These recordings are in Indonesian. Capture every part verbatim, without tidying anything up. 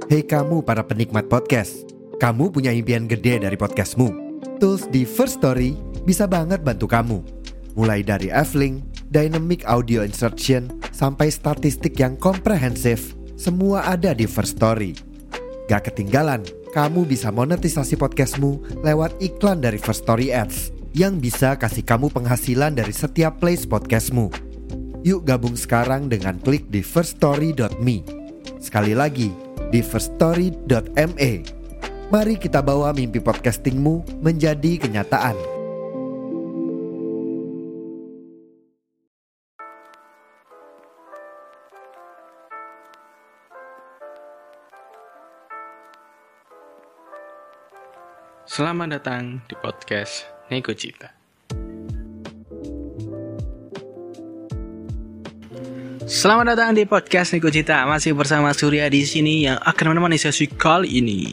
Hei kamu para penikmat podcast, kamu punya impian gede dari podcastmu. Tools di First Story bisa banget bantu kamu. Mulai dari F-Link, Dynamic Audio Insertion, sampai statistik yang komprehensif, semua ada di First Story. Gak ketinggalan, kamu bisa monetisasi podcastmu lewat iklan dari First Story Ads yang bisa kasih kamu penghasilan dari setiap plays podcastmu. Yuk gabung sekarang dengan klik di first story dot me. Sekali lagi, di first story dot me. Mari kita bawa mimpi podcastingmu menjadi kenyataan. Selamat datang di podcast Nego Cita. Selamat datang di podcast Nego Cita. Masih bersama Surya di sini yang akan menemani sesi kali ini.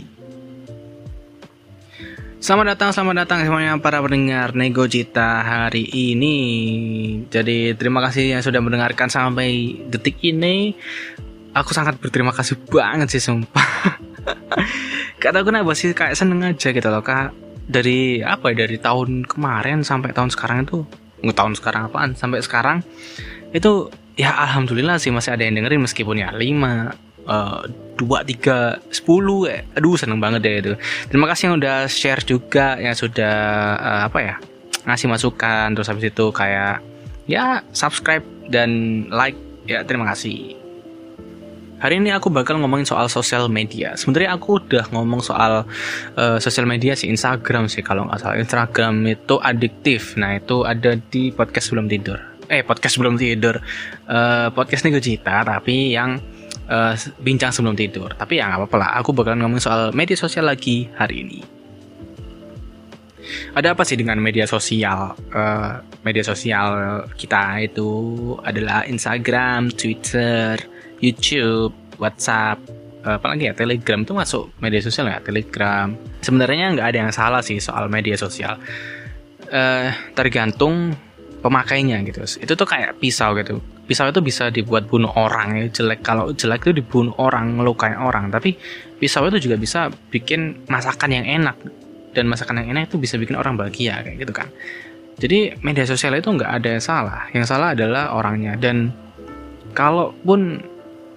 Selamat datang, selamat datang semuanya para pendengar Nego Cita hari ini. Jadi terima kasih yang sudah mendengarkan sampai detik ini. Aku sangat berterima kasih banget sih sumpah. Gak tau kenapa sih, kayak seneng aja gitu loh kak. Dari apa ya, dari tahun kemarin sampai tahun sekarang itu, nggak tahun sekarang apaan, sampai sekarang itu ya alhamdulillah sih masih ada yang dengerin meskipun ya lima, dua, tiga, sepuluh, eh, aduh seneng banget deh itu. Terima kasih yang udah share juga, yang sudah uh, apa ya ngasih masukan, terus habis itu kayak ya subscribe dan like ya, terima kasih. Hari ini aku bakal ngomongin soal sosial media. Sebenarnya aku udah ngomong soal uh, sosial media sih, Instagram sih kalau nggak salah. Instagram itu adiktif. Nah itu ada di podcast sebelum tidur. Eh podcast sebelum tidur. Uh, podcast Nego Cita tapi yang uh, bincang sebelum tidur. Tapi ya nggak apa-apa lah. Aku bakal ngomongin soal media sosial lagi hari ini. Ada apa sih dengan media sosial? Uh, media sosial kita itu adalah Instagram, Twitter, YouTube, WhatsApp, apalagi ya Telegram itu masuk media sosial ya, Telegram. Sebenarnya nggak ada yang salah sih soal media sosial. Uh, tergantung pemakainya gitu. Itu tuh kayak pisau gitu. Pisau itu bisa dibuat bunuh orang ya, jelek. Kalau jelek itu dibunuh orang, ngelukain orang. Tapi pisau itu juga bisa bikin masakan yang enak. Dan masakan yang enak itu bisa bikin orang bahagia kayak gitu kan. Jadi media sosial itu nggak ada yang salah. Yang salah adalah orangnya. Dan kalaupun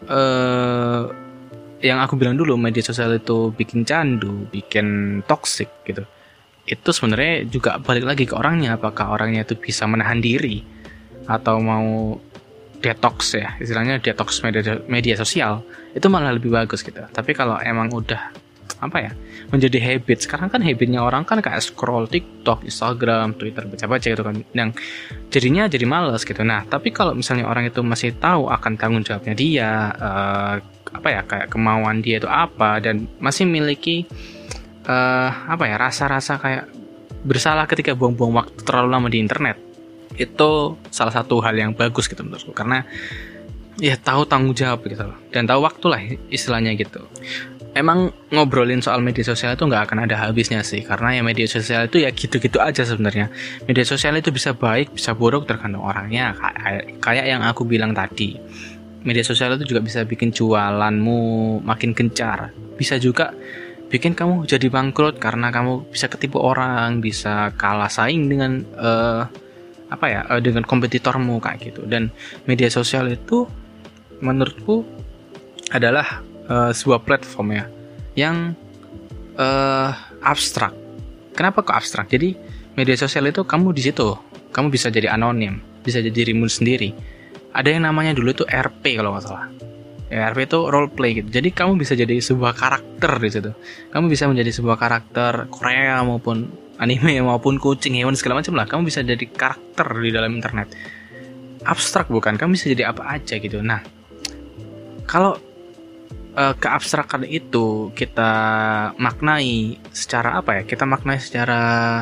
Uh, yang aku bilang dulu media sosial itu bikin candu, bikin toksik gitu, itu sebenarnya juga balik lagi ke orangnya. Apakah orangnya itu bisa menahan diri atau mau detox ya, istilahnya detox media, media sosial, itu malah lebih bagus gitu. Tapi kalau emang udah apa ya menjadi habit, sekarang kan habitnya orang kan kayak scroll TikTok, Instagram, Twitter, baca-baca gitu kan, yang jadinya jadi malas gitu. Nah tapi kalau misalnya orang itu masih tahu akan tanggung jawabnya dia, uh, apa ya kayak kemauan dia itu apa, dan masih memiliki uh, apa ya rasa-rasa kayak bersalah ketika buang-buang waktu terlalu lama di internet, itu salah satu hal yang bagus gitu menurutku, karena ya tahu tanggung jawab gitu loh, dan tahu waktu lah istilahnya gitu. Emang ngobrolin soal media sosial itu nggak akan ada habisnya sih, karena ya media sosial itu ya gitu-gitu aja sebenarnya. Media sosial itu bisa baik, bisa buruk tergantung orangnya. Kayak, kayak yang aku bilang tadi, media sosial itu juga bisa bikin jualanmu makin gencar, bisa juga bikin kamu jadi bangkrut karena kamu bisa ketipu orang, bisa kalah saing dengan uh, apa ya uh, dengan kompetitormu kayak gitu. Dan media sosial itu menurutku adalah Uh, sebuah platform ya yang uh, abstrak. Kenapa kok abstrak? Jadi media sosial itu kamu di situ, kamu bisa jadi anonim, bisa jadi dirimu sendiri. Ada yang namanya dulu itu R P kalau nggak salah. Ya, R P itu role play gitu. Jadi kamu bisa jadi sebuah karakter di situ. Kamu bisa menjadi sebuah karakter Korea maupun anime maupun kucing, hewan segala macam lah. Kamu bisa jadi karakter di dalam internet. Abstrak bukan? Kamu bisa jadi apa aja gitu. Nah, kalau Uh, keabstrakan itu kita maknai secara apa ya? Kita maknai secara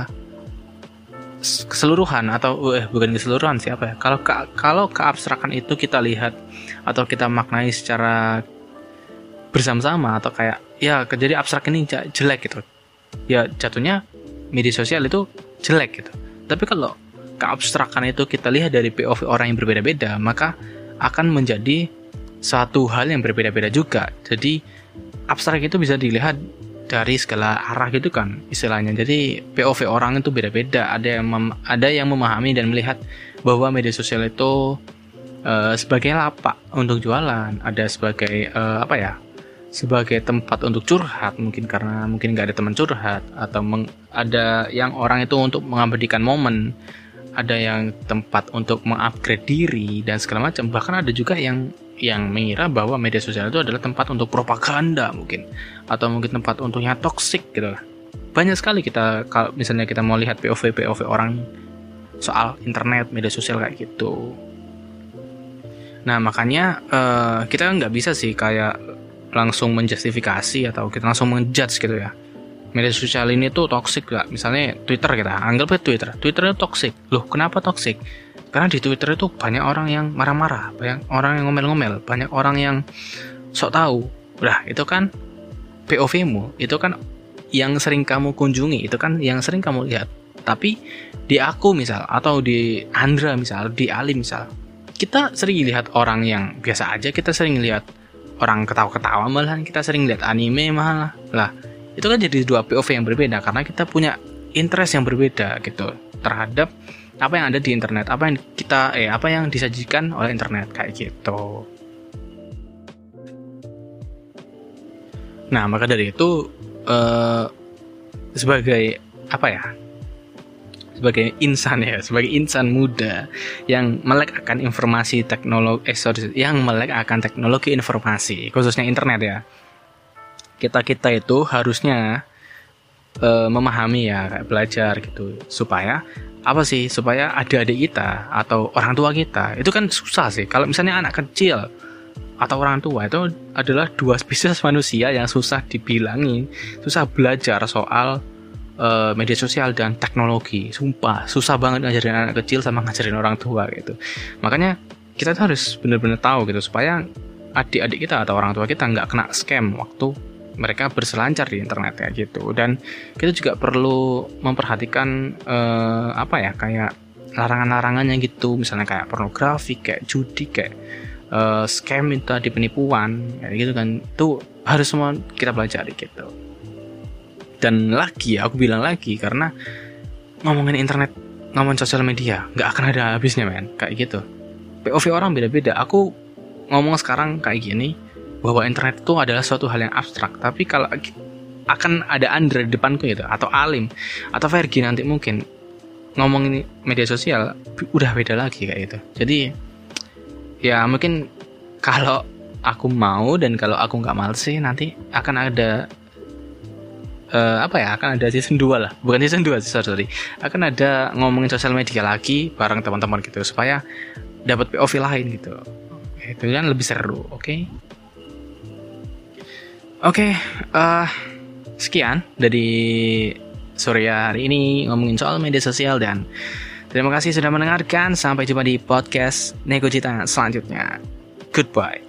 keseluruhan atau eh bukan keseluruhan siapa ya? Kalau ke, kalau keabstrakan itu kita lihat atau kita maknai secara bersama-sama atau kayak ya jadi abstrak ini jelek gitu. Ya jatuhnya media sosial itu jelek gitu. Tapi kalau keabstrakan itu kita lihat dari P O V orang yang berbeda-beda, maka akan menjadi suatu hal yang berbeda-beda juga. Jadi abstrak itu bisa dilihat dari segala arah gitu kan istilahnya. Jadi P O V orang itu beda-beda. Ada yang mem- ada yang memahami dan melihat bahwa media sosial itu uh, sebagai lapak untuk jualan, ada sebagai uh, apa ya? sebagai tempat untuk curhat, mungkin karena mungkin nggak ada teman curhat, atau meng- ada yang orang itu untuk mengabadikan momen, ada yang tempat untuk mengupgrade diri dan segala macam. Bahkan ada juga yang yang mengira bahwa media sosial itu adalah tempat untuk propaganda mungkin, atau mungkin tempat untuknya toksik gitu lah. Banyak sekali kita kalau misalnya kita mau lihat P O V P O V orang soal internet, media sosial kayak gitu. Nah makanya uh, kita nggak bisa sih kayak langsung menjustifikasi atau kita langsung menjudge gitu ya. Media sosial ini tuh toksik gak? Misalnya Twitter kita anggap aja Twitter. Twitter itu toksik. Loh, kenapa toksik? Karena di Twitter itu banyak orang yang marah-marah, banyak orang yang ngomel-ngomel, banyak orang yang sok tahu. Nah, itu kan P O V-mu, itu kan yang sering kamu kunjungi, itu kan yang sering kamu lihat. Tapi di aku misal atau di Andra misal, di Ali misal, kita sering lihat orang yang biasa aja, kita sering lihat orang ketawa-ketawa, malahan kita sering lihat anime malah lah. Itu kan jadi dua P O V yang berbeda karena kita punya interest yang berbeda gitu terhadap apa yang ada di internet, apa yang kita eh apa yang disajikan oleh internet kayak gitu. Nah maka dari itu eh, sebagai apa ya? sebagai insan ya, sebagai insan muda yang melek akan informasi teknologi, eh sorry, yang melek akan teknologi informasi, khususnya internet ya. Kita-kita itu harusnya uh, memahami ya, kayak belajar gitu, supaya apa sih? Supaya adik-adik kita atau orang tua kita itu kan susah sih. Kalau misalnya anak kecil atau orang tua itu adalah dua spesies manusia yang susah dibilangin, susah belajar soal Uh, media sosial dan teknologi. Sumpah susah banget ngajarin anak kecil sama ngajarin orang tua gitu. Makanya kita tuh harus benar-benar tahu gitu supaya adik-adik kita atau orang tua kita nggak kena scam waktu mereka berselancar di internet ya gitu. Dan kita juga perlu memperhatikan uh, apa ya kayak larangan-larangannya gitu, misalnya kayak pornografi, kayak judi, kayak uh, scam itu tadi, penipuan kayak gitu kan. Itu harus semua kita pelajari gitu. Dan lagi aku bilang lagi karena ngomongin internet, ngomongin sosial media nggak akan ada habisnya men, kayak gitu. P O V orang beda-beda. Aku ngomong sekarang kayak gini bahwa internet itu adalah suatu hal yang abstrak, tapi kalau akan ada Andra di depanku gitu, atau Alim atau Fergie nanti mungkin ngomongin media sosial udah beda lagi kayak gitu. Jadi ya mungkin kalau aku mau dan kalau aku nggak males sih nanti akan ada Uh, apa ya akan ada season dua lah, bukan season dua sih, sorry, akan ada ngomongin sosial media lagi bareng teman-teman gitu supaya dapat P O V lain gitu, itu kan lebih seru. Oke okay? oke okay, uh, sekian dari sore hari ini ngomongin soal media sosial, dan terima kasih sudah mendengarkan. Sampai jumpa di podcast Nego Cita selanjutnya. Goodbye.